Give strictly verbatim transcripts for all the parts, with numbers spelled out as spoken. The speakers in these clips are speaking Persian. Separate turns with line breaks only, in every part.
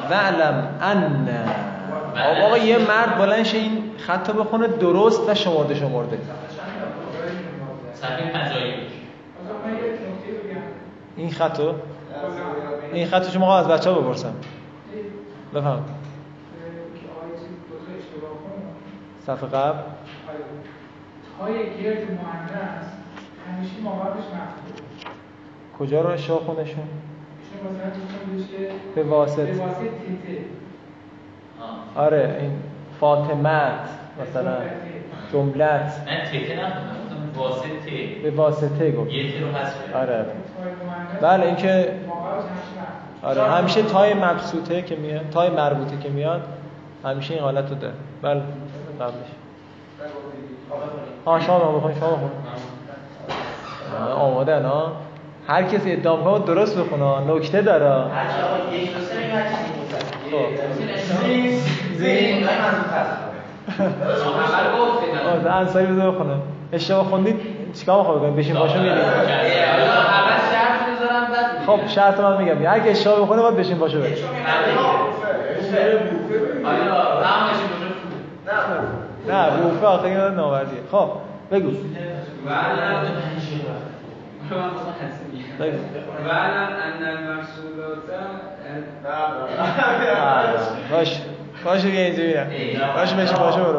وعلم ان آقا یه مرد بلند شه این خطو بخونه درست و شمرده شمرده.
صفحه پنجاه و یک.
این خطو این خطو شما از بچه‌ها بپرسم. بفهم. صفحه قبل
های گرد مؤنث همیشه مابقیش مفتوحه.
کجا رو اشاره خونشون؟
ایشون مثلا میگه که
به واسطه
به واسطه ته.
آره این فاطمت مثلا جملت
نه ته نخوندم واسطه
به واسطه گفت
یه ته رو حذف کرد.
آره بله این که آره همیشه تای مبسوطه که میاد تای مربوطه که میاد همیشه این حالت رو داره. بله قبلش ها شما بخونید شما بخونید آماده نه هر کسی ادعا کنه درست بخونه نکته داره.
هر چی یک دو سه میگه هر چیزی زین زین
آه انصاری بذار بخونه اشتباه خوندید چیکار می‌خواد بکنید بشین پاشو میرید
اول شرط میذارم بعد
خب شرط من میگم هر کی اشتباه بخونه باید بشین پاشو بره نه روفه آخه اینا ناوردیه. خب بگو
وعلم ان المحصولات
باش باشه بیا اینجا بیا باشه بشین پاشو برو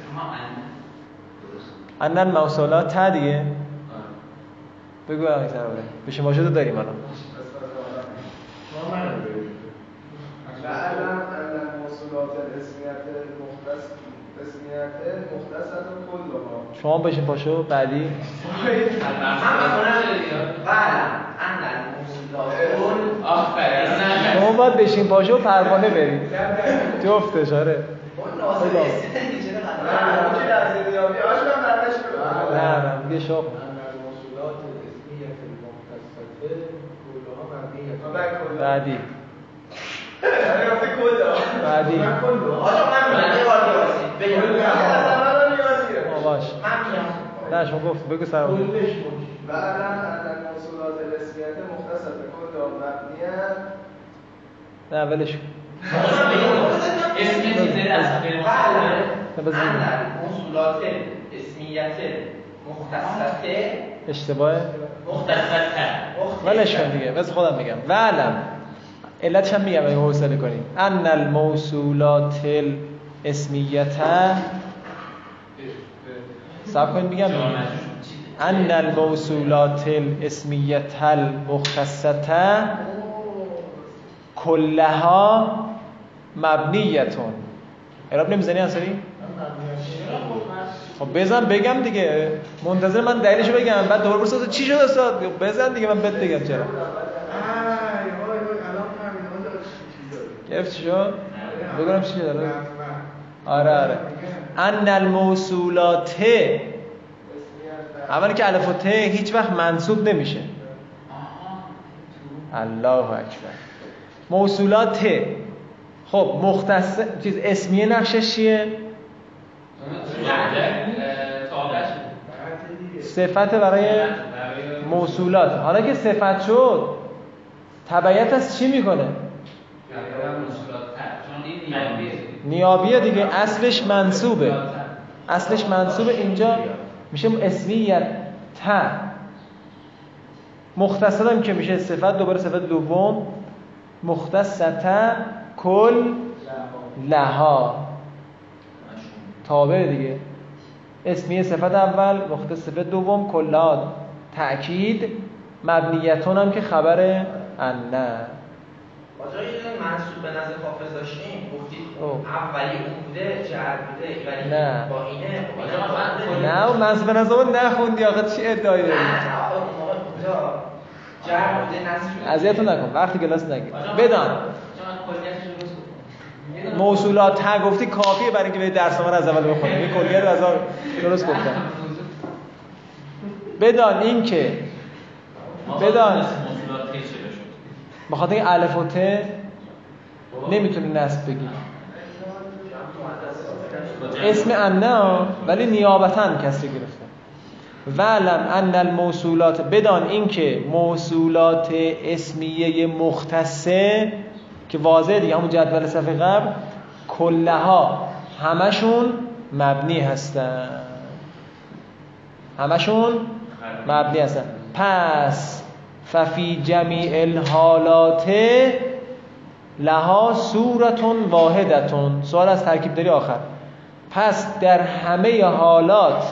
ان الموصولات تا دیگه بگو الان سر بره بشین پاشو تو داریم الان
وعلم ان الموصولات الاسمیت المختص اسمیت مختصة كلها.
شما بشین پاشو بعدی
من وعلم ان الموصولات
آفرین
شما باید بشین پاشو و پروانه برید جفتش آره نه نه دیگه شما بعدی بعدی باش نه شما گفت بگو سر
وعلم ان الموصولات الاسمیت مختصة كلها مبنیه
نه ولش کن
اسم چیزی موصولات اسمیت مختصة
اشتباه
مختصة
ولش کن دیگه بس خودم میگم وعلم علتش هم میگم اگه حوصله کنید ان الموصولات الاسمیت صبر کنید میگم ان الموصولات الاسمیت المختصة کلها مبنیتون. اعراب نمیزنی انصاری؟ خب بزن بگم دیگه منتظر من دلیلشو بگم بعد دوباره برسه چی شد استاد بزن دیگه من بهت بگم چرا گرفت چی شد؟ بگم چی شد آره آره ان الموصولات اولی که الف و ت هیچ وقت منصوب نمیشه. الله اکبر. موصولات ت خب مختص چیز اسمیه نقشش چیه؟ صفت برای موصولات. حالا که صفت شد تبعیت از چی میکنه؟ نیابیه دیگه اصلش منصوبه اصلش منصوبه اینجا میشه اسمیت تا مختصر هم که میشه صفت دوباره صفت دوم مختصة کل لها تابع دیگه اسمیه صفت اول مختص صفت دوم کلها تأکید مبنیتون هم که خبر ان
با جایی منصوب به نظر حافظ داشتیم گفتید اولی اون بوده جر بوده ولی
نه.
با اینه
نه اون منصوب به نظر نخوندی آقا چی ادعایی داری؟
نه اون موقع اونجا جر بوده نصب شده
اذیتون نکن وقتی کلاس نگیر بدان موصولات ها گفتی کافیه برای اینکه به درس ما رو از اول بخونیم این کلیت رو از اول درست گفتم. بدان این که بدان بخاطر این الف و ت نمیتونی نصب بگی اسم انه ولی نیابتا کسی گرفته. وعلم ان الموصولات بدان این که موصولات اسمیه مختصه که واضحه دیگه، همون جدول صفحه قبل، کلها همشون مبنی هستن، همشون مبنی هستن. پس ففی جمیع الحالات لها صورتون واحدتون. سوال از ترکیب داری آخر. پس در همه حالات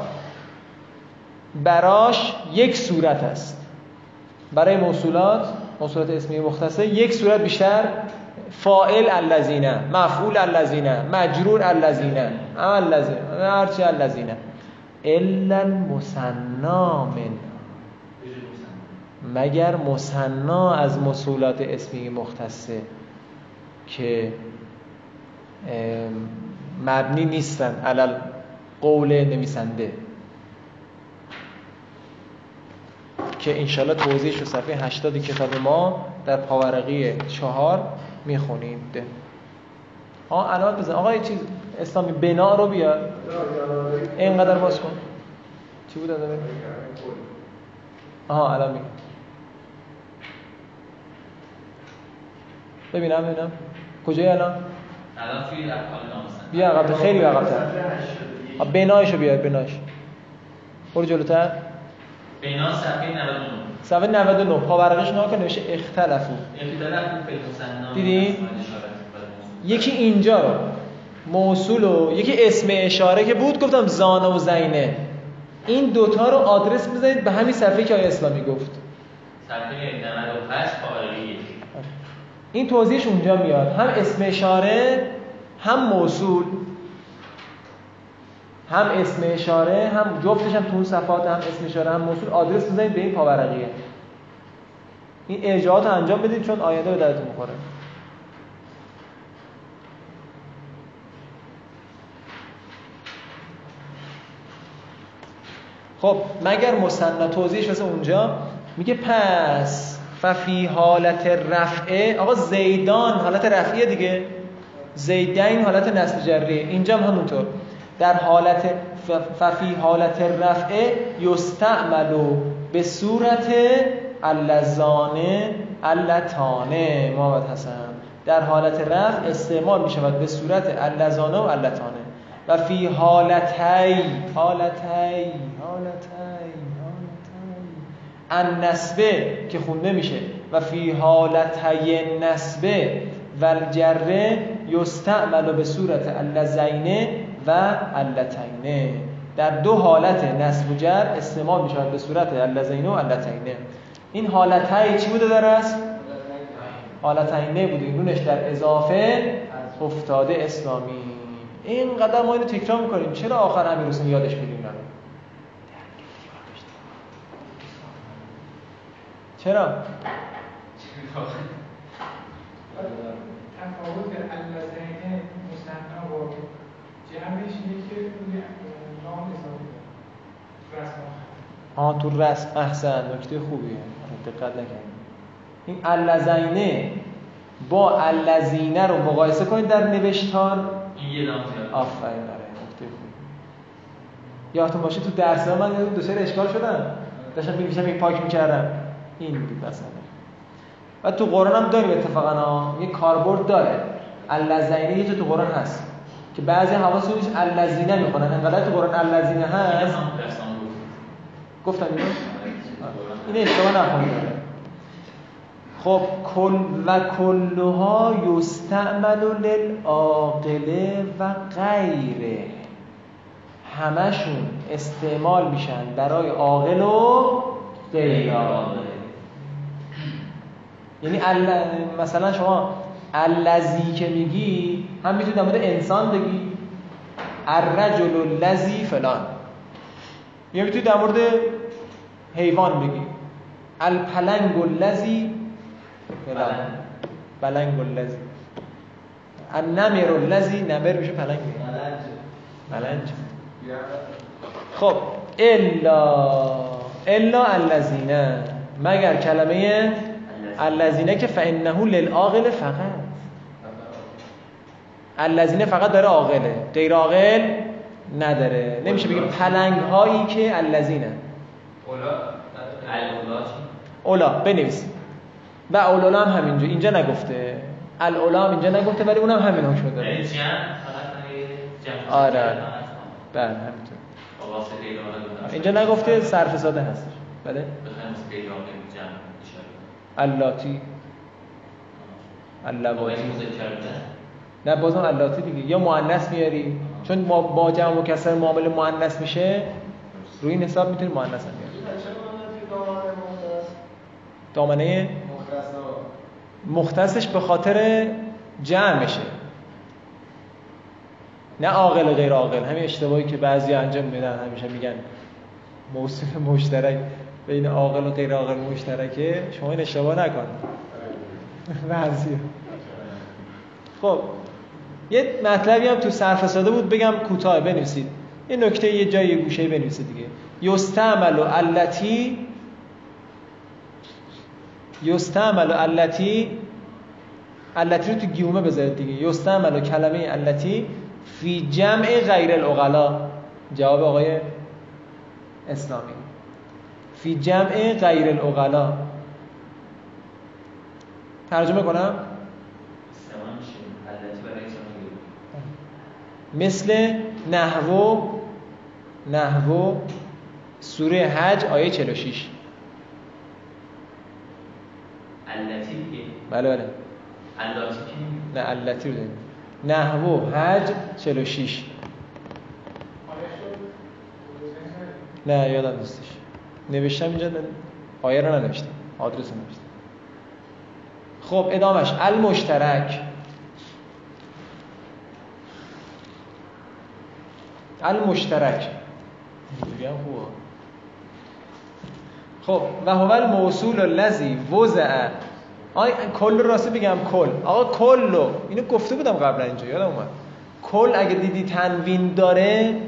براش یک صورت است. برای موصولات، موصولات اسمی مختصه، یک صورت بیشتر، فاعل الذین، مفعول الذین، مجرور الذین، عمل الذین، هرچی الذین، الا المثنا من، مگر مثنا از موصولات اسمی مختصه که مبنی نیستن علی قول نویسنده، که انشالله توضیحش رو صفحه هشتاد کتاب ما در پاورقی چهار میخونیم. آه علامت بزن آقا، یه چیز اسلامی بنا رو بیار اینقدر باز کن. چی بود داده؟ آها الان میگم، ببینم ببینم کجایی الان؟
الان توی افعال ناموسن.
بیا عقب، خیلی عقب‌تر. بنایشو بیار، بنایش. برو جلوتر.
بنا صفحه نود و نه.
صفحه نود و نه پاورقیش نگاه کن، نوشته اختلفو.
اختلافو فی المثنا.
دیدی؟ یکی اینجا رو موصول و یکی اسم اشاره که بود گفتم زانه و زینه، این دوتا رو آدرس بزنید به همین صفحه که آیه اسلامی گفت،
صفحه نود و هشت پاورقی.
این توضیحش اونجا میاد، هم اسم اشاره هم موصول، هم اسم اشاره هم جفتش هم تو اون صفحات، هم اسم اشاره هم موصول، آدرس بزنید به این پاورقیه. این ارجاعات رو انجام بدید چون آینده به دردتون میخوره. خب مگر مثنا توضیحش واسه اونجا میگه پس ففی حالت رفعه، آقا زیدان حالت رفعیه دیگه، زیدین حالت نصب جریه، اینجا هم همونطور. در حالت ففی حالت رفعه یستعملو به صورت اللذانه اللتانه. محمد حسن در حالت رفع استعمال می شود به صورت اللذانه و اللتانه. و فی حالتی حالتی حالتی حالتی النسبه که خونده میشه، و فی حالتی نسبه و الجره یستعمل به صورت اللذین و اللتین. در دو حالت نسب و جر استعمال می شود به صورت اللذین و اللتین. این حالتی چی بوده در اصل؟ حالتینه بوده، نونش در اضافه افتاده اسلامی. اینقدر ما اینو تکرار میکنیم، چرا آخر امیر حسین یادش میدیم؟ چرا؟
تفاوت اللذین مثنا و جمعش اینه که نام اضافه رسم
آه تو رسم. احسن، نکته خوبیه، دقت نکنید. این اللذینه با اللذینه رو مقایسه کنید در نوشتار،
این یه نام زیاد.
آفرین، آره نکته خوبی. یادتون باشه تو درس‌ها من دو سه اشکال شدم، داشتم می‌نوشتم یک پاک می‌کردم، این بود مثلا. و تو قرآن هم داریم اتفاقا ها، یه کاربرد داره. اللذینه یه جا تو قرآن هست که بعضی حواسشون نیست اللذینه میخونن، انقدر تو قرآن اللذینه هست. گفتم اینو؟ این اشتباه نخونید. خب کل و کلها یستعمل للعاقله و غیره، همشون استعمال میشن برای عاقل و غیر عاقل. یعنی مثلا شما الذی که میگی هم میتونی در مورد انسان بگی، الرجل الذی فلان، یا میتونی در مورد حیوان بگی، الپلنگ الذی فلان، پلنگ الذی، النمر الذی، نمر میشه پلنگ، ملنج. خب الا الا الذین، مگر کلمه الذین که فانه للعاقل فقط، الذین فقط داره عاقله، غیر عاقل نداره. نمیشه بگیم پلنگ هایی که الذینه.
اولا
اولا بنویس و اولا هم همینجا، اینجا نگفته، العلا اینجا نگفته ولی اونم همین حکم داره.
یعنی جمع فقط جمع.
آره بله همینطور.
با واسطه اعلام
اینجا نگفته صرف ساده هستش. بله
بخوایم واسطه اعلام جمع اشاره.
اللاتی اللواتی
مذکر بوده.
نه بازم اللاتی دیگه، یا مؤنث میاری چون ما با جمع مکسر معامله مؤنث میشه روی این حساب میتونی مؤنث هم بیاری. دامنه مختصش به خاطر جمع میشه نه عاقل و غیر عاقل. همین اشتباهی که بعضی انجام میدن همیشه میگن موصوف مشترک بین عاقل و غیر عاقل مشترکه. شما این اشتباه نکنید بعضی. خب یه مطلبی هم تو صرف ساده بود بگم کوتاه بنویسید. یه نکته یه جای یه گوشه بنویسید دیگه. یستعمل التی یستعمل التی التی رو تو گیومه بذارید دیگه. یستعمل کلمه التی فی جمع غیر العقلا. جواب آقای اسلامی فی جمع غیر العقلا. ترجمه کنم مثل نحو نحو سوره حج آیه چهل و شش.
التی دیگه.
بله بله
التی
نه التی رو داریم. نحو حج چهل و شش. نه یادم نیستش نوشتم اینجا آیه رو ننوشتم آدرس رو نوشتم. خب ادامش المشترک. المشترک دیگه هم خوبه. خب و هو الموصول الذی وضع. آی کل راستی بگم کل آقا کلو اینو گفته بودم قبلا اینجا یادم اومد. کل اگه دیدی تنوین داره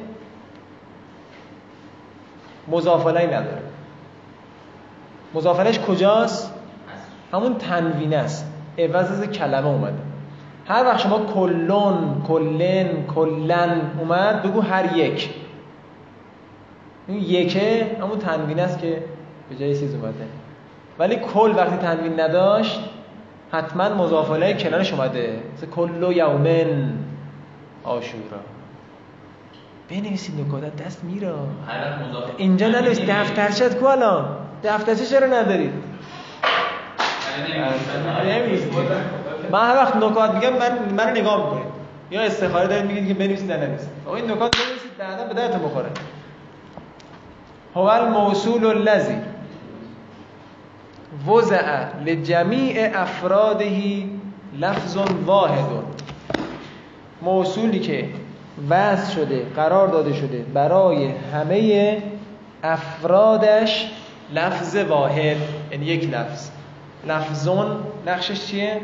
مضاف الیه نداره. مضاف الیه‌اش کجاست؟ همون تنوین است عوض از کلمه اومده. هر وقت شما کلون کلن کلن اومد بگو هر یک. این یکه همون تنوین است که به جای چیز اومده. ولی کل وقتی تنوین نداشت حتما مضاف الیه کنارش اومده. مثل کل یومن عاشورا. بنویسید نکات دست میره. اینجا ننویسید. دفترچت کو الان؟ دفترچه چرا ندارید؟ نمی‌نویسید. من هر وقت نکات میگم من منو نگاه میکنید یا استخاره دارید میگید که بنویسید یا ننویسید. آقا این نکات بنویسید بعدا به درتون بخوره. هو الموصول الذی وضع لجمیع افراده لفظ واحد. موصولی که وضع شده قرار داده شده برای همه افرادش لفظ واحد، یعنی یک لفظ. لفظون نقشش چیه؟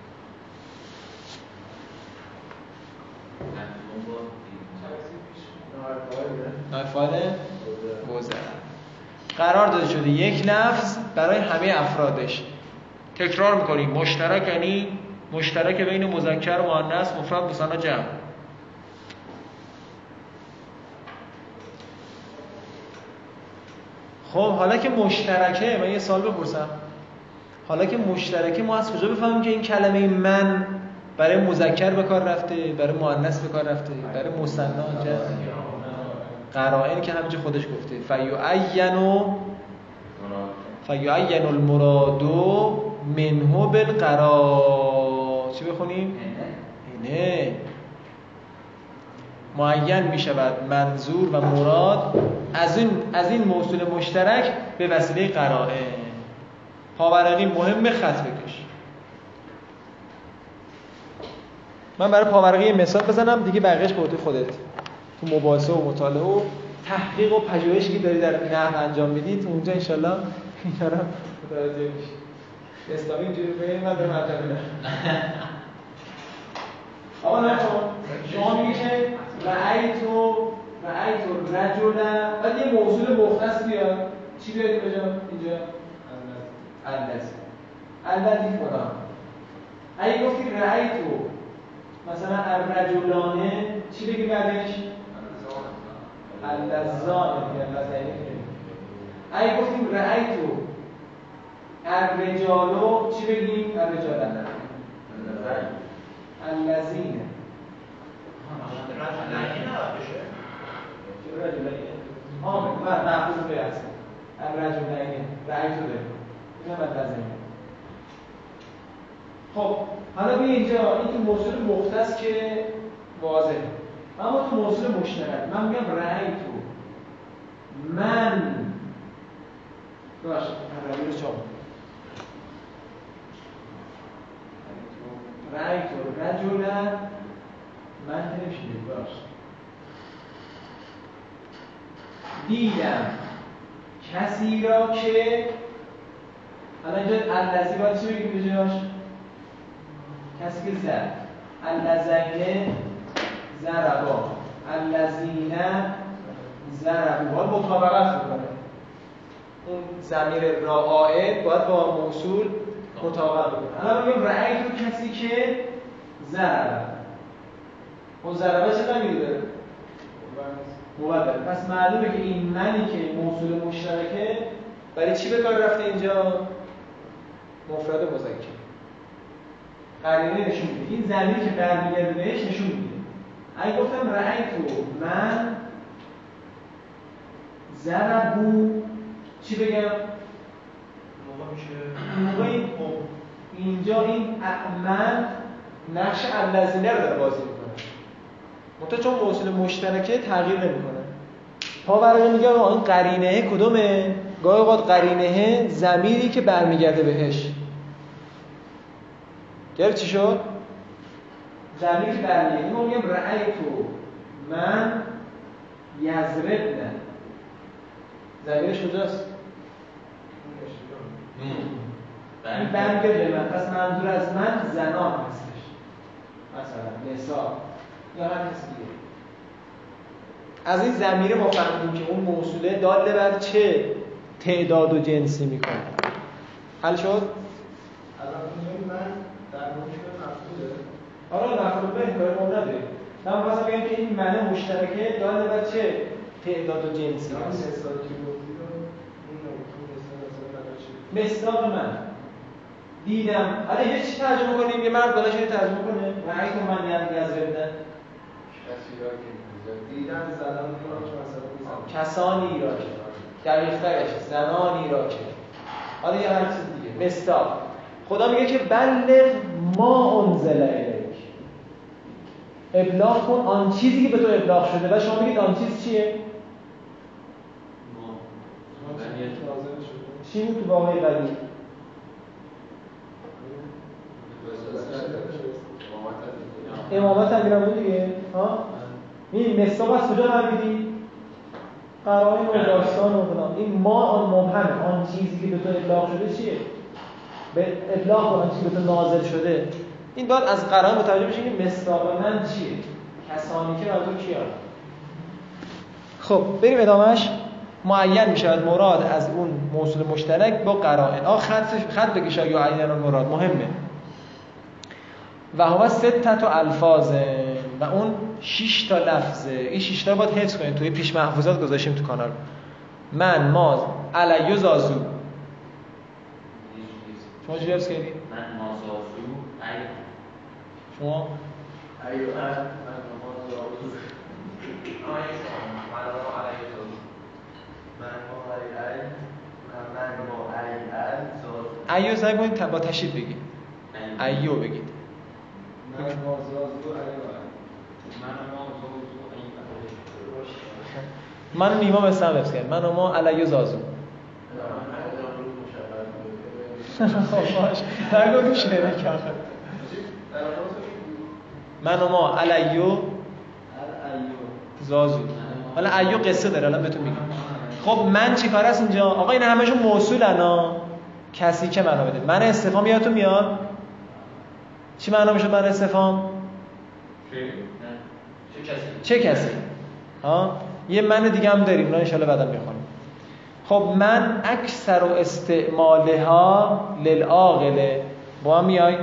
نایفاله وضع قرار داده شده یک لفظ برای همه افرادش. تکرار میکنیم مشترک یعنی مشترک بین مذکر و مؤنث مفرد مثنا جمع. خب حالا که مشترکه من یه سوال بپرسم. حالا که مشترکه ما از کجا بفهمیم که این کلمه من برای مذکر به کار رفته، برای مؤنث به کار رفته، برای مثنا جمع؟ قرائن که همینجا خودش گفته فیعین فیعین المراد منه بالقرا. چی بخونیم؟ اینه معین می شود منظور و مراد از این از این موصول مشترک به وسیله قرائن. پاورقی مهم خط بکش. من برای پاورقی مثال بزنم دیگه بقیه‌اش به خودت. تو مباحثه و مطالعه و تحقیق و پژوهشی که داری در نحو انجام میدید اونجا ان شاءالله اینا رو متوجه میشی. اسلامی اینجوری به من به مطلب نه. آقا نه شما میگی که رأیت و رأیت الرجل بعد یه موصول مختص بیاد چی بیاد اینجا اینجا الذی الذی فلان. اگه گفتی رأیت مثلا الرجلانه چی بگی بعدش؟ اللذان یا اللذین. اگه گفتیم رأیتو الرجالو چی بگیم؟ الرجالن. الذین
رجلین نباید بشه
رجلین آه من محفوظ به هست الرجلین رأی تو داریم این هم الذین. خب حالا بیا اینجا این تو موصول مختص که واضحه، اما تو موصول مشترک من میگم رأی تو من باشه من رو چون رأی تو رجلا من نمیشید باشه دیدم کسی را که الان اینجا الذی باید چی بگیم به جاش؟ کسی که زد الذین ضربا الذین ضربوا باید مطابقت میکنه، اون ضمیر را عائد باید با موصول مطابقت بکنه. الان میگم رأی تو کسی که ضرب، اون ضربه چه ضمیری داره؟ مبدل. پس معلومه که این منی که موصول مشترکه برای چی به کار رفته اینجا؟ مفرد مذکر. قرینه نشون میده این ضمیری که برمیگرده بهش نشون میده. اگه گفتم رأیتو من ضربو چی بگم؟
موقع میشه
موقعی اینجا این من نقش الذین رو داره بازی میکنه، منتها چون موصول مشترکه تغییر نمیکنه. پا برای میگه این قرینه کدومه؟ گاهی اوقات قرینه ضمیری که برمیگرده بهش. گرفت چی شد؟ ضمیری که برمیگرده. ما میگم رأیتو من یضربن، ضمیرش کجاست؟ این برمیگرده به من، پس منظور از من زنان هستش، مثلا نساء یا هر کسی دیگه. از این ضمیر ما فهمیدیم که اون موصوله داله بر چه تعداد و جنسی میکنه. حل شد؟
الان میگم من در موجب مفعوله.
آره مفعول به کار ما نداره. من واسه بگم که این معنی مشترکه داله بر چه تعداد و جنسی
من
هست.
مثال که گفتید و اون نوعی مثال مثال
مصداق من دیدم. حالا یه چی ترجمه کنیم؟ یه مرد بلاش یه ترجمه کنه. رأی تو من یعنی از بدن
کسی را که دیدن زدن را که مثلا میزن
کسانی را که دقیق‌ترش زنانی را که حالا یه هر چیز دیگه. مصداق خدا میگه که بلغ ما انزل الیک، ابلاغ کن آن چیزی که به تو ابلاغ شده. و شما میگید آن چیز چیه؟ چی بود تو واقعی قدیم؟ امامت امیرالمومنین دیگه. ها؟ این مصداق از کجا فهمیدی؟ قرائن و داستان و فلان. این ما آن مبهمه، آن چیزی که به تو ابلاغ شده چیه؟ به ابلاغ کن آن چیزی که به تو نازل شده. این داد از قرائن متوجه بشین که مصداق من چیه؟ کسانی که منظور کیان. خب بریم ادامهش. معین میشود مراد از اون موصول مشترک با قرائن. آ خط خط بکش یا عین المراد مهمه. و هوا ستت و الفاظ و اون شش تا لفظه. این شش تا رو باید حفظ کنید. توی پیش محفوظات گذاشتیم تو کانال. من ما علی زازو. شما چی حفظ کردی؟
من مازازو ای
شما
ایو من ما زازو
آیه شما من ما علیه زازو
من ما ای ای من ما ای ای زازو
ایو سعی کنید با تشدید بگید. ایو بگید.
من ما زازو ایو
من ما زازو ای
من نیما مثل هم حفظ کرد. من و ما علی زازو. خب باش نگو تو شعره که آخر من و ما علیو زازو. حالا ایو قصه داره الان بهتون میگم. خب من چی کار است اینجا؟ آقا این همشون موصولن ها. کسی که معنا بده. من استفهام یادتون میاد؟ چی معنا میشه من استفهام؟
چه کسی؟
چه کسی؟ ها؟ یه من دیگه هم داریم. اونا ان شاء الله بعدا میخونیم. خب من اکثر استعمالها للعاقله. با هم میای؟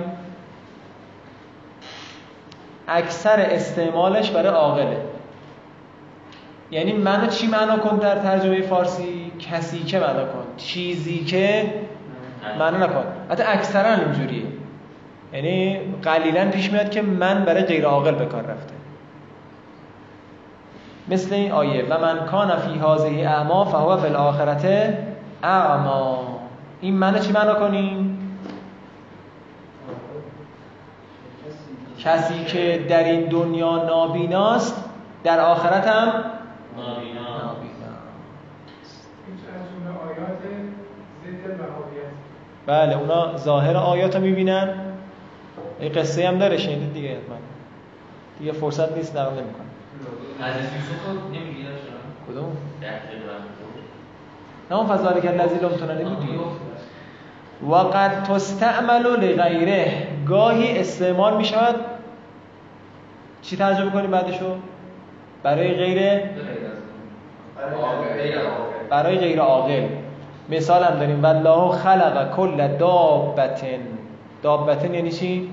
اکثر استعمالش برای عاقله. یعنی منو چی معنا کن در ترجمه فارسی؟ کسی که معنا کن، چیزی که معنا نکن. حتی اکثرا اینجوریه. یعنی قلیلا پیش میاد که من برای غیر عاقل به کار رفته. مثل این آیه و من کان فی هذه اعما فهو فی الاخرة اعما. این منو چی معنا کنیم؟ کسی که در این دنیا نابیناست در آخرت هم
نابینا.
بله اونا ظاهر آیات رو میبینن. این قصه هم داره شنیدید دیگه حتما. دیگه فرصت نیست نقل نمیکنم.
عزیز یوسف رو نمیگیره شما؟
کدوم؟
ده خیلی
نه اون فضاله که لذی لمتوننی بود دیگه. وقد تستعمل لغیره، گاهی استعمال می شود چی ترجمه کنیم بعدشو؟ برای غیر برای غیر عاقل. مثال هم داریم والله خلق کل دابتن. دابتن یعنی چی؟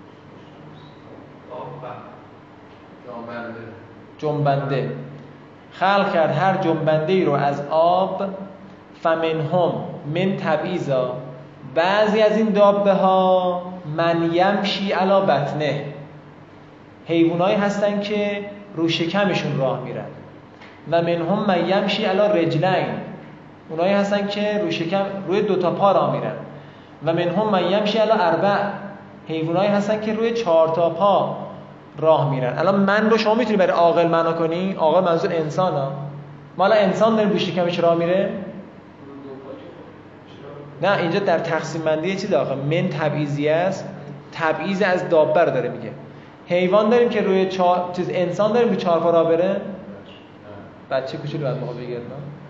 جنبنده.
جنبنده. خلق کرد هر جنبنده ای رو از آب. فمنهم من تبعیضا، بعضی از این دابه ها من یمشی علی بطنه، حیوانایی هستن که رو شکمشون راه میرن. و منهم من یمشی علی رجلین، اونایی هستن که رو شکم روی دو تا پا راه میرن. و منهم من یمشی علی اربع، حیوانایی هستن که روی چهار تا پا راه میرن. الان من رو شما میتونی برای عاقل معنا کنی؟ عاقل منظور انسانه. ما الان انسان داریم رو شکمش راه میره؟ نه، اینجا در تقسیم بندی چی داخل من تبعیضی است. تبعیض از دابه رو داره میگه. حیوان داریم که روی چهار چیز، انسان داریم روی چهار پا راه بره. بچه کوچولو بعد موقع بگیرن.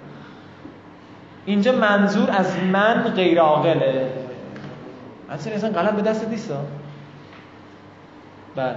اینجا منظور از من غیر عاقله. اصلا انسان قلم به دست نیست. بله.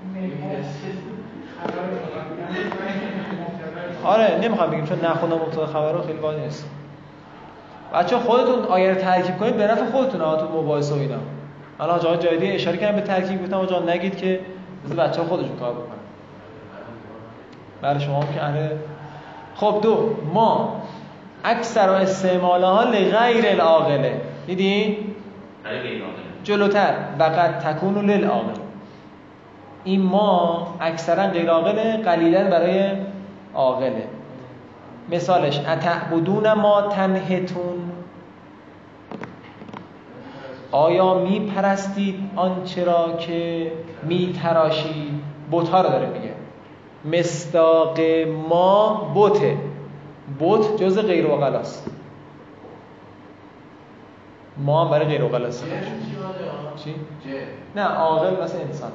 آره نمیخوام بگیم چون نخوندم مبتدا خبر رو خیلی واضح نیست. بچه خودتون آیه رو ترکیب کنید به نفع خودتون ها تو مباحثه و اینا. الان جای جایدی اشاره کردم به ترکیب، گفتم آقا جان نگید که بذار بچه‌ها خودشون کار بکنن. برای شما که اهل. خب دو، ما اکثر استعمالها لغیر العاقله. دیدین؟
برای غیر عاقل.
جلوتر وقد تکون للعاقل. این ما اکثرا غیر عاقله، قلیلا برای عاقله. مثالش اتعبدون ما تنحتون، آیا می پرستید آنچه را که می تراشید. بت‌ها رو داره میگه. مصداق ما بته. بت جز غیر عاقل است. ما هم برای غیر عاقل است. چی؟ نه عاقل مثل انسان.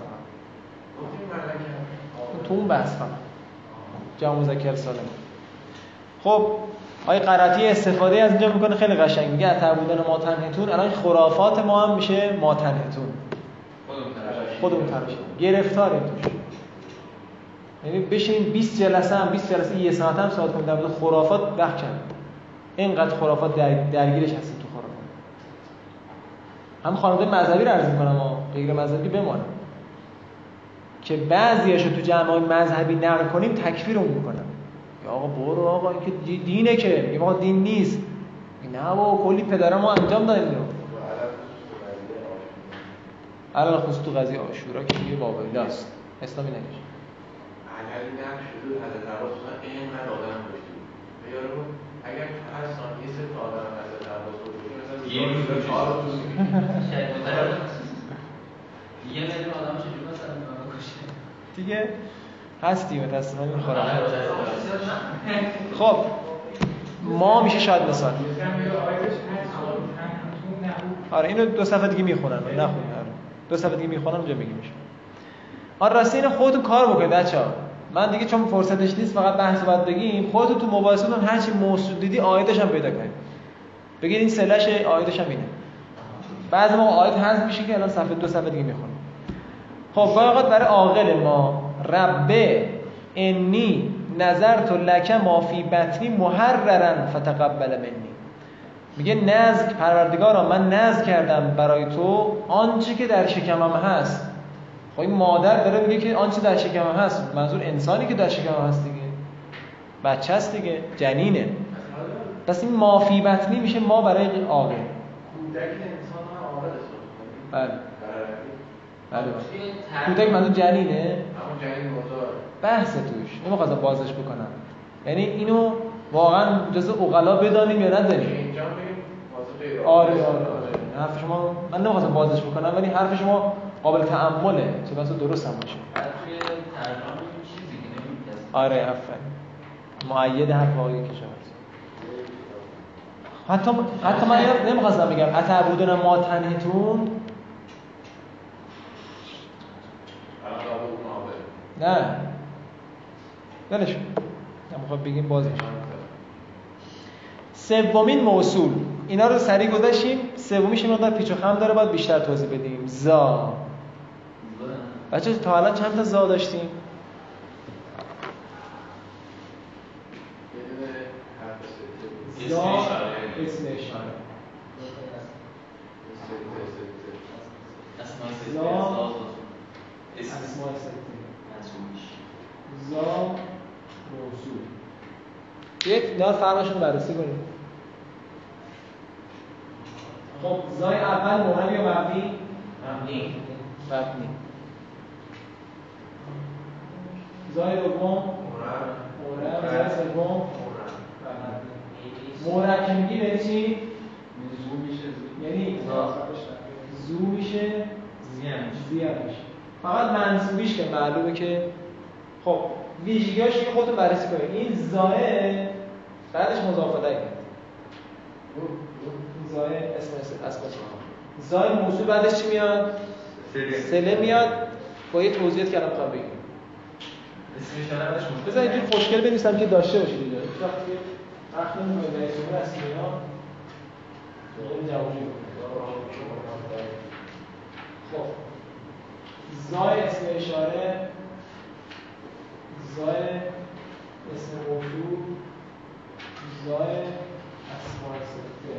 تو اون بحث فقط جمع مذکر سالم. خب آیه قرائتی استفاده از اینجا میکنه خیلی قشنگ. میگه اتعبدون ما تنحتون. الان خرافات ما هم میشه ما تنحتون. خودمون تراشیم. گرفتاریم توش. یعنی بشین بیست جلسه هم بیست جلسه یه ساعت هم صحبت کنیم در مورد خرافات وقت کرد. اینقدر خرافات در درگیرش هستیم تو خرافات. هم خانواده مذهبی رو عرض میکنم و غیر مذهبی بمونه که بعضیاشو تو جمع‌های مذهبی نقل کنیم تکفیرمون میکنن. یا آقا برو آقا این که دینه، که میگه آقا دین نیست. نه بابا کلی پدر ما انجام دادیم اینو. الان خصوص تو قضیه عاشورا که یه بابلیاست. اسلامی نمیشه.
علی نه شروع حضرت عباس اینقدر آدم داشتیم. یارو اگر هر ثانیه سه تا آدم حضرت عباس رو بگیم
یه روز
چهار روز
یه میلیون آدم چجوری مثلا می‌کشه
دیگه هستی متأسفانه می‌خورم. خب ما میشه شاید مثال. آره اینو دو صفحه دیگه میخونن. نخونن. آره دو صفحه دیگه میخونن اونجا میگیم میشه. آره راستی اینو خودتون کار بکنید بچه‌ها. من دیگه چون فرصتش نیست فقط بحث بعد بگیم، خودتون تو مباحثه‌تون هر چی موصول دیدی آیاتش هم پیدا کنید. بگید این سلش آیاتش هم اینه. بعضی موقع آیات حذف میشه که الان صفحه دو صفحه دیگه میخونیم. خب گاهی اوقات برای عاقل ما رب انی نظرت لک ما فی بطنی محررا فتقبل منی. میگه نذر پروردگارا من نذر کردم برای تو آنچه که در شکمم هست. خب این مادر داره میگه که آنچه در شکمم هست، منظور انسانی که در شکمم هست دیگه، بچه هست دیگه، جنینه. پس این ما فی بطنی میشه ما برای عاقل.
کودک انسان هم عاقل است.
بله بله کوتک منظور جنینه؟
همون جنین مزار
بحث توش نمیخواستم بازش بکنم، یعنی اینو واقعا جزء عقلا بدانیم یا ندانیم.
اینجا بگیم واسه غیر
آره آره آره حرف شما من نمیخواستم بازش بکنم ولی حرف شما قابل تأمله، چه بسا درست هم باشه.
توی ترجمه چیزی که نمی‌کسه.
آره آفرین. مؤید حرف واقعی که شما حتی حتی من نمیخواستم بگم اتعبدون ما تنهتون، نه بلش نمیخوام بگیم بازش. سومین موصول اینا رو سریع گذاشتیم، سومیش مقدار پیچ و خم داره باید بیشتر توضیح بدیم. زا بچه تا الان چند تا زا داشتیم؟ زا اسم اشاره اسماء سته زا موصول. یک اینا فرقشون رو بررسی کنیم. خب زای اول مبنی یا مبنی؟
مبنی.
مبنی. زای دوم مورب. زای سوم مورب که میگی یعنی چی؟
زو میشه
یعنی زو میشه زی هم میشه. فقط منصوبیش که معلومه که خب ویژگیاش که خودتون بررسی کنید. این زائه بعدش مضاف الیه. این زائه اسم اسم زائه موصول بعدش چی میاد؟ سله میاد با یه توضیحاتی که الان میخوام بگم.
اسم اشاره بعدش موصول.
بذار اینجوری خوشگل بنویسم که داشته باشید دیگه. وقتی وقتی نمی‌کنید در اسم هست اینا سوال جوابی خب زای اسم اشاره، زای اسم موصول، زای اسماء سته.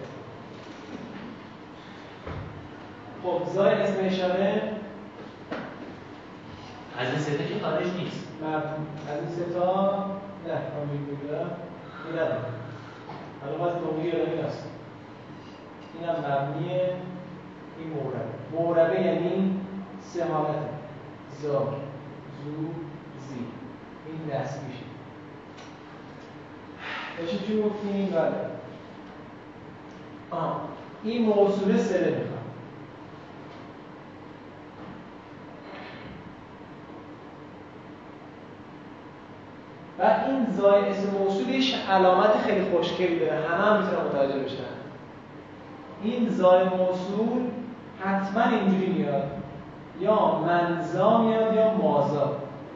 خب زای اسم اشاره
از این سته که خارج نیست.
مرد از این سه تا نه من میگم این نداره. حالا باز دومی یادمی هست. اینم مبنیه، این موربه. موربه یعنی سه حالته. زا، زو، زی. این دست میشه. داشتیم چی گفتیم؟ بله. آه. این موصوله سره میخوام. و این زای اسم موصولش علامت خیلی خوشگلی داره، همه هم میتونن متوجه بشن. این زای موصول حتما اینجوری میاد، یا منزا میاد یا مازا.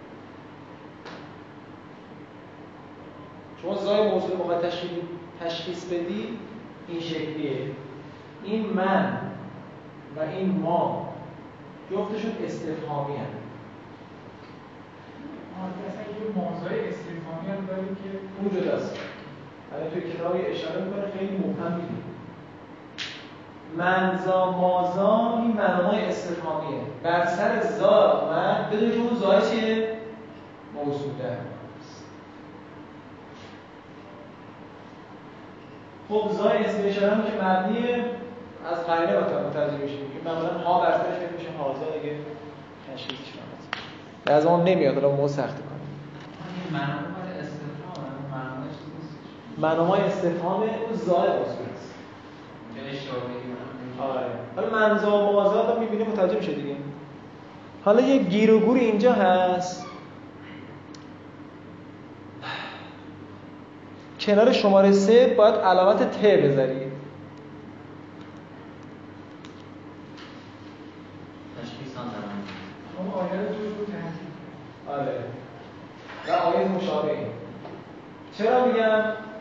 شما زای موصول موقع تشخیص تشخیص بدی این شکلیه. این من و این ما جفتشون استفهامی هستند.
مثلا یه موضوع استفهامی هم داریم که
اون جداست. الان توی کتاب اشاره میکنه خیلی مبهم می‌بینی. منزا مازا این معنای استفهامیه. بر سر زا اومد بدون که اون زا چیه؟ موصوله. خب زای اسم اشاره هم که مبنیه از قرینه متوجه میشیم که معمولا ها بر سرش میشه هازا دیگه تشخیصش میاد. از اون نمیاد الان مو سخت کنه.
این معنای استفهام معنای چیزی نیست.
معنای استفهام اون زای موصول است.
اینجا اشاره
آره. حالا منزا و مازا رو می‌بینی متوجه میشه دیگه. حالا یه گیر و گور اینجا هست. کنار شماره سه باید علامت ت بذارید.
تشخیص آن
اون آیه رو توش تحقیق.
آره. و آیه مشابه. چرا میگم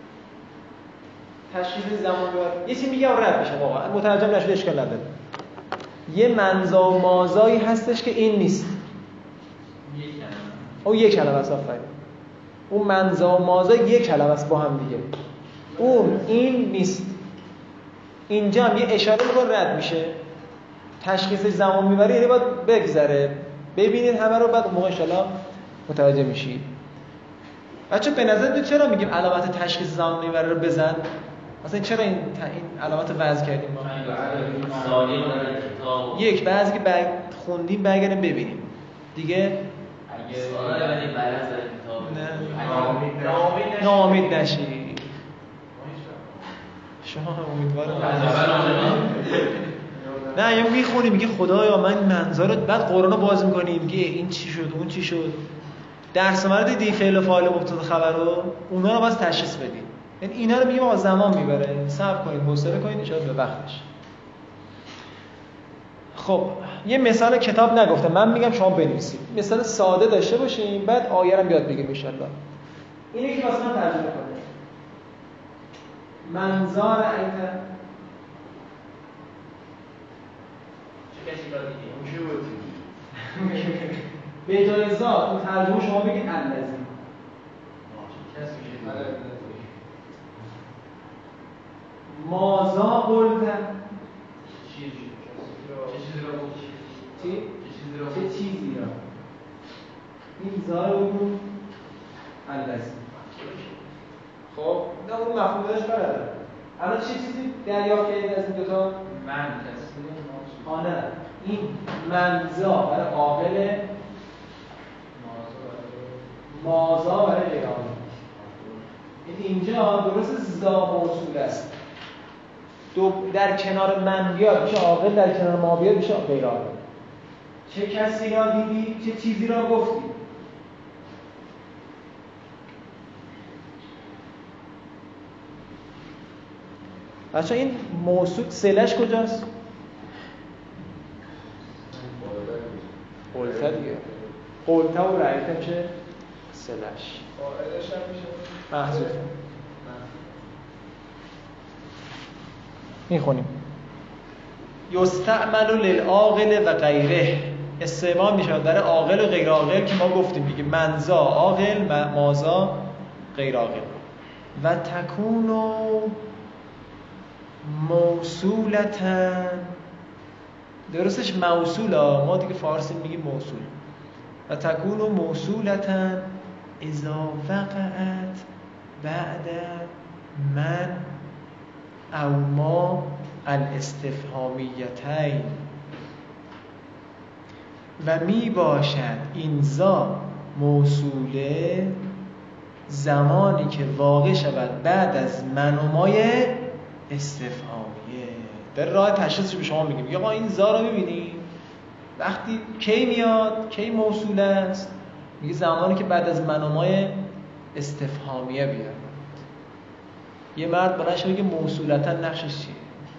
تشخیص زمان بیاد؟ یه چیزی میگم رد میشه واقعا مترجم نشده اشکال نداره. یه منزا و مازایی هستش که این نیست.
یک کلمه.
او یک کلمه است آفرین. اون منزا و مازا یک کلمه است با هم دیگه. اون این نیست. اینجا هم یه اشاره میکنه رد میشه. تشخیصش زمان میبره یعنی باید بگذره. ببینید همه رو بعد موقع ان شاءالله متوجه میشید. بچه به نظر چرا میگیم علامت تشخیص زمان میبره رو بزن؟ اصلا چرا این این علامت وضع کردیم ما؟
سالی داره کتاب
یک بعضی که برگ خوندیم برگردیم ببینیم دیگه.
اگه سوال بدیم برای از کتاب
نه ناامید نشی. شما امیدوارم نه یا میخونی میگه خدایا من منظرت، بعد قرآن رو باز میکنی میگه این چی شد اون چی شد. درس ما رو دیدی فعل و فاعل مبتدا خبر رو، اونا رو باز تشخیص بدی. یعنی اینا رو میگه با زمان میبره، صبر کنید حوصله کنید ان شاءالله به وقتش. خب یه مثال کتاب نگفتم، من میگم شما بنویسید. مثال ساده داشته باشیم بعد آیه رو یاد بگیریم ان شاءالله. اینو که واسه من ترجمه کنه. منظار ایت
چه کسی را دیدی؟
اون کی بود؟
به جای ذات اون ترجمه شما بگید الذی.
کسی که
مازا قلت
چه چیزی را گفت؟
چی؟
چه چیزی را
چه چیزی را؟ این زار رو بگو الذی. خب نه اون مفهوم داشت برداره. الان چه چیزی دریافت کردید از این دوتا؟
من تصویر
آه نه این منزا برای عاقل، مازا برای غیر عاقل. اینجا درست زا موصول است. دو در کنار من بیاد میشه عاقل، در کنار ما بیاد میشه غیر عاقل. چه کسی را دیدی؟ چه چیزی را گفتی؟ بچه این موصول سلش کجاست؟ قلته دیگه. قلته و رأیته میشه سلش.
قاعدش هم میشه
محذوف. میخونیم یستعمل للعاقل و غیره، استعمال میشه برای عاقل و غیر عاقل که ما گفتیم دیگه. منزا عاقل، مازا غیر عاقل. و تکونو موصولتن، درستش موصولا، ما دیگه فارسی میگیم موصول. و تکونو موصولتن اذا وقعت بعد من او ما الاستفهامیتین. و می باشد این زا موصوله زمانی که واقع شود بعد از من و مای استفهامیه. در راه تشخیصش به شما میگیم یا این زا رو ببینید وقتی کی میاد، کی موصول است، میگه زمانی که بعد از من و مای استفهامیه بیاد. یه مرد بلند شه بگه موصولتا نقشش چیه؟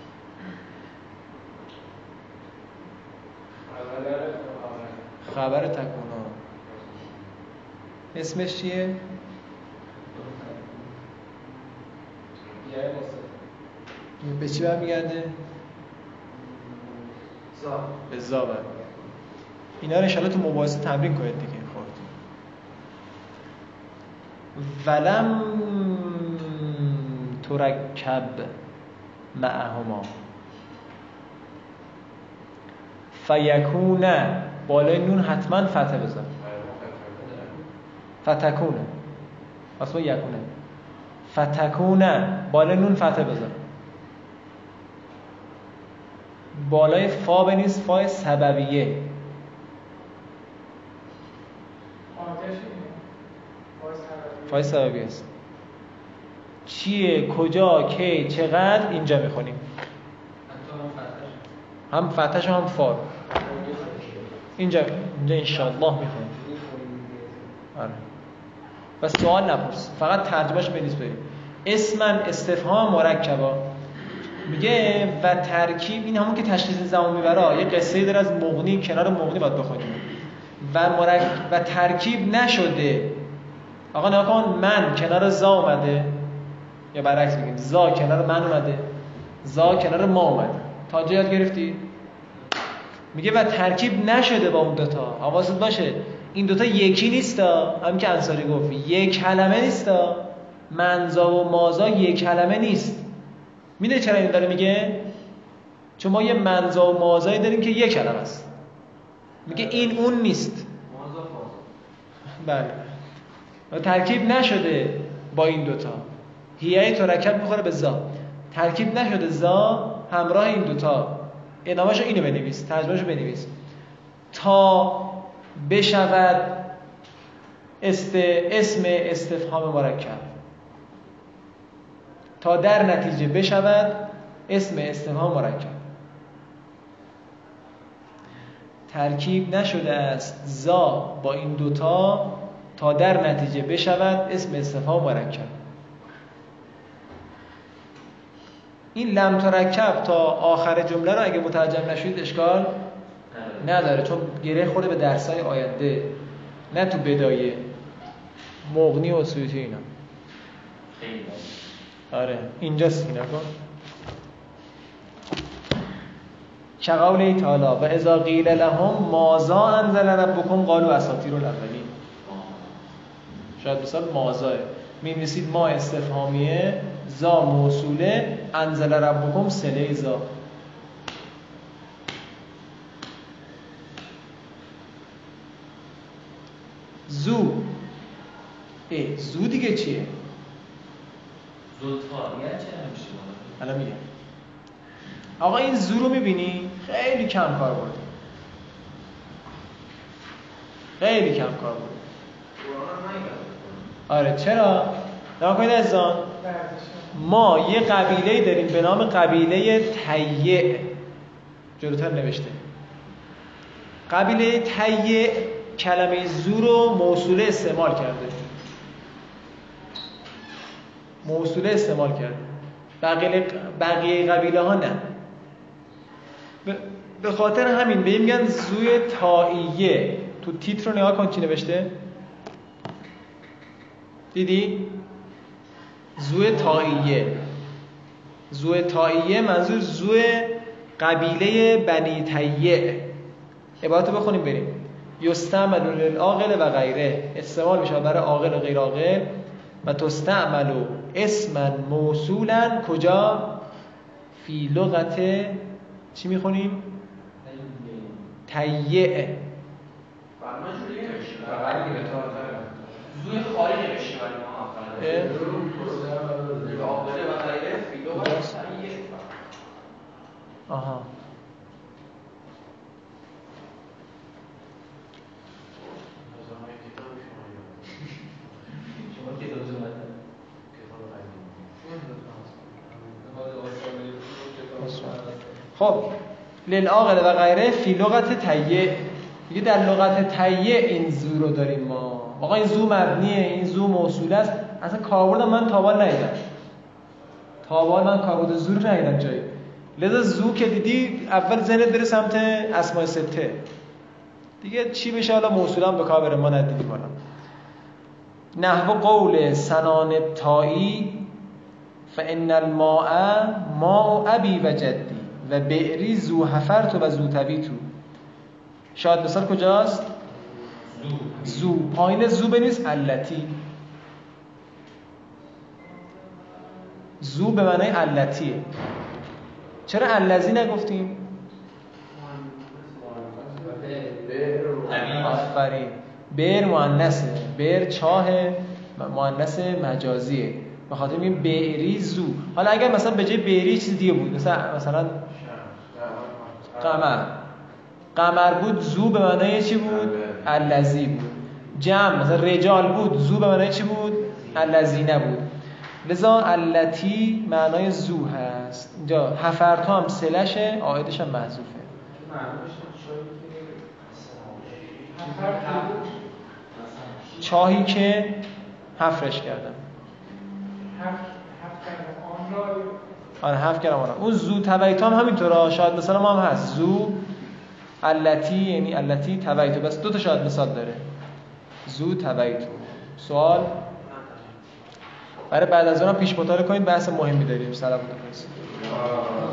خبر تکونا. اسمش چیه؟ به چی برمیگرده؟
زا.
به زا برمیگرده. اینا رو انشاءالله تو مباحثه تمرین کنید دیگه خودتون. ولم ترکب معهما فیکون، بالای نون حتما فتح بذار. فتکونه اصلا یکونه. فتکونه بالای نون فتح بذار. بالای فا بنویس، فای سببیه. فای سببیه است. چیه، کجا، کی، چقدر اینجا میخونیم. هم فتحش هم فا. اینجا اینجا انشاءالله میخونیم. آره. بس سوال نپرس، فقط ترجمهش بنویس بریم. اسمن استفهام مرکبا. میگه و ترکیب، این همون که تشخیص زمان میبره. یه قصه‌ای داره از مغنی، کنار مغنی باید بخونیم. و مرکب و ترکیب نشده. آقا نگاه کن، من کنار زا اومده، یا برعکس بگیم زا کنار من اومده، زا کنار ما اومده. تا جا یاد گرفتی؟ میگه و ترکیب نشده با اون دوتا. حواست باشه این دوتا یکی نیستا. همین که انصاری گفت یک کلمه نیستا. منزا و مازا یک کلمه نیست. میدونی چرا این داره میگه؟ چون ما یه منزا و مازایی داریم که یک کلمه است. میگه این اون نیست.
مازا فازا.
بله. و ترکیب نشده با این دوتا. هیئه ترکب میخوره به زا. ترکیب نشده زا همراه این دوتا، ادامه‌شو اینو بنویس، ترجمه‌شو بنویس. تا بشود است اسم استفهام مرکب، تا در نتیجه بشود اسم استفهام مرکب. ترکیب نشده است زا با این دوتا تا در نتیجه بشود اسم استفهام مرکب. این لم ترکب تا آخر جمله رو اگه مترجم نشید اشکال نداره، چون گره خورده به درسای آینده، نه تو بدایه مغنی و سیوطی اینا.
خیلی
آره اینجاست. اینا کن که قوله تعالی و اذا قیل لهم ماذا انزل ربکم قالوا اساطیر الاولین. شاید مثلا ماذا می‌نویسید ما استفهامیه، زا موصوله، انزل ربکم صله زا. زو ای زو دیگه چیه؟
زودها یعنی چه نمیشه؟
الان میگم. آقا این زو رو میبینی؟ خیلی کم کار برده، خیلی کم کار برده. آره چرا؟ نگاه کنید عزیزان، ما یه قبیله‌ای داریم به نام قبیله تیع، جلوتر نوشته. قبیله تیع کلمه زو رو موصوله استعمال کرده، موصوله استعمال کرده. بقیه بقیه قبیله ها نه. به خاطر همین به این میگن زوی تائیه. تو تیتر رو نگاه کن چی نوشته؟ دیدی؟ زوی تائیه. زوی تائیه منظور زوی قبیله بنی تیع. عبارت رو بخونیم بریم. یستعمل للعاقل و غیره، استعمال میشه برای عاقل و غیر عاقل. و تستعمل اسما موصولا کجا؟ فی لغت چی میخونیم؟ تیع.
زوی خارج نمیشه ولی ما آخر عاقله و غیره فی لغت تیع.
آها خب للعاقل و غیره فی لغت تیع. دیگه در لغت تیع این زو رو داریم ما. آقا این زو مبنیه، این زو موصول است. اصلا کاربرد من تابال ندیدم، تابال من کاربرد زو رو ندیدم جایی. لذا زو که دیدی اول ذهنت بره سمت اسماء سته، دیگه چی بشه حالا موصولا به کار بره ما ندیدیم. حالا نحو قول سنان التائی فان الماء ماء ابی و جدی و بئری زو حفرت و زو تبیتو. شاید مثال کجاست؟ زو. زو پایین زو بنویس التی. زو به معنای التیه. چرا الذی نگفتیم؟ آفرین. بئر مؤنثه، بئر چاه مؤنث مجازیه، به خاطر میگیم بئری زو. حالا اگر مثلا به جای بئری چیز دیگه بود، مثلا مثلا قمر، قمر بود، زو به معنای چی بود؟ الذی بود. جمع مثلا رجال بود، زو به معنای چی بود؟ الذین بود. لذا التی معنای زو هست. اینجا حفرتو هم صلشه، عایدش هم محذوفه. چاهی که حفرش کردم. آره حفر کردم آره. اون زو تبعیتو هم همینطوره. شاید مثلا ما هم هست زو التی، یعنی التی تبعیتو، بس دو تا شاید مثال داره. زو تبعیتو. سوال برای بعد از اون پیش مطالعه کنید، بحث مهمی داریم. سلام علیکم.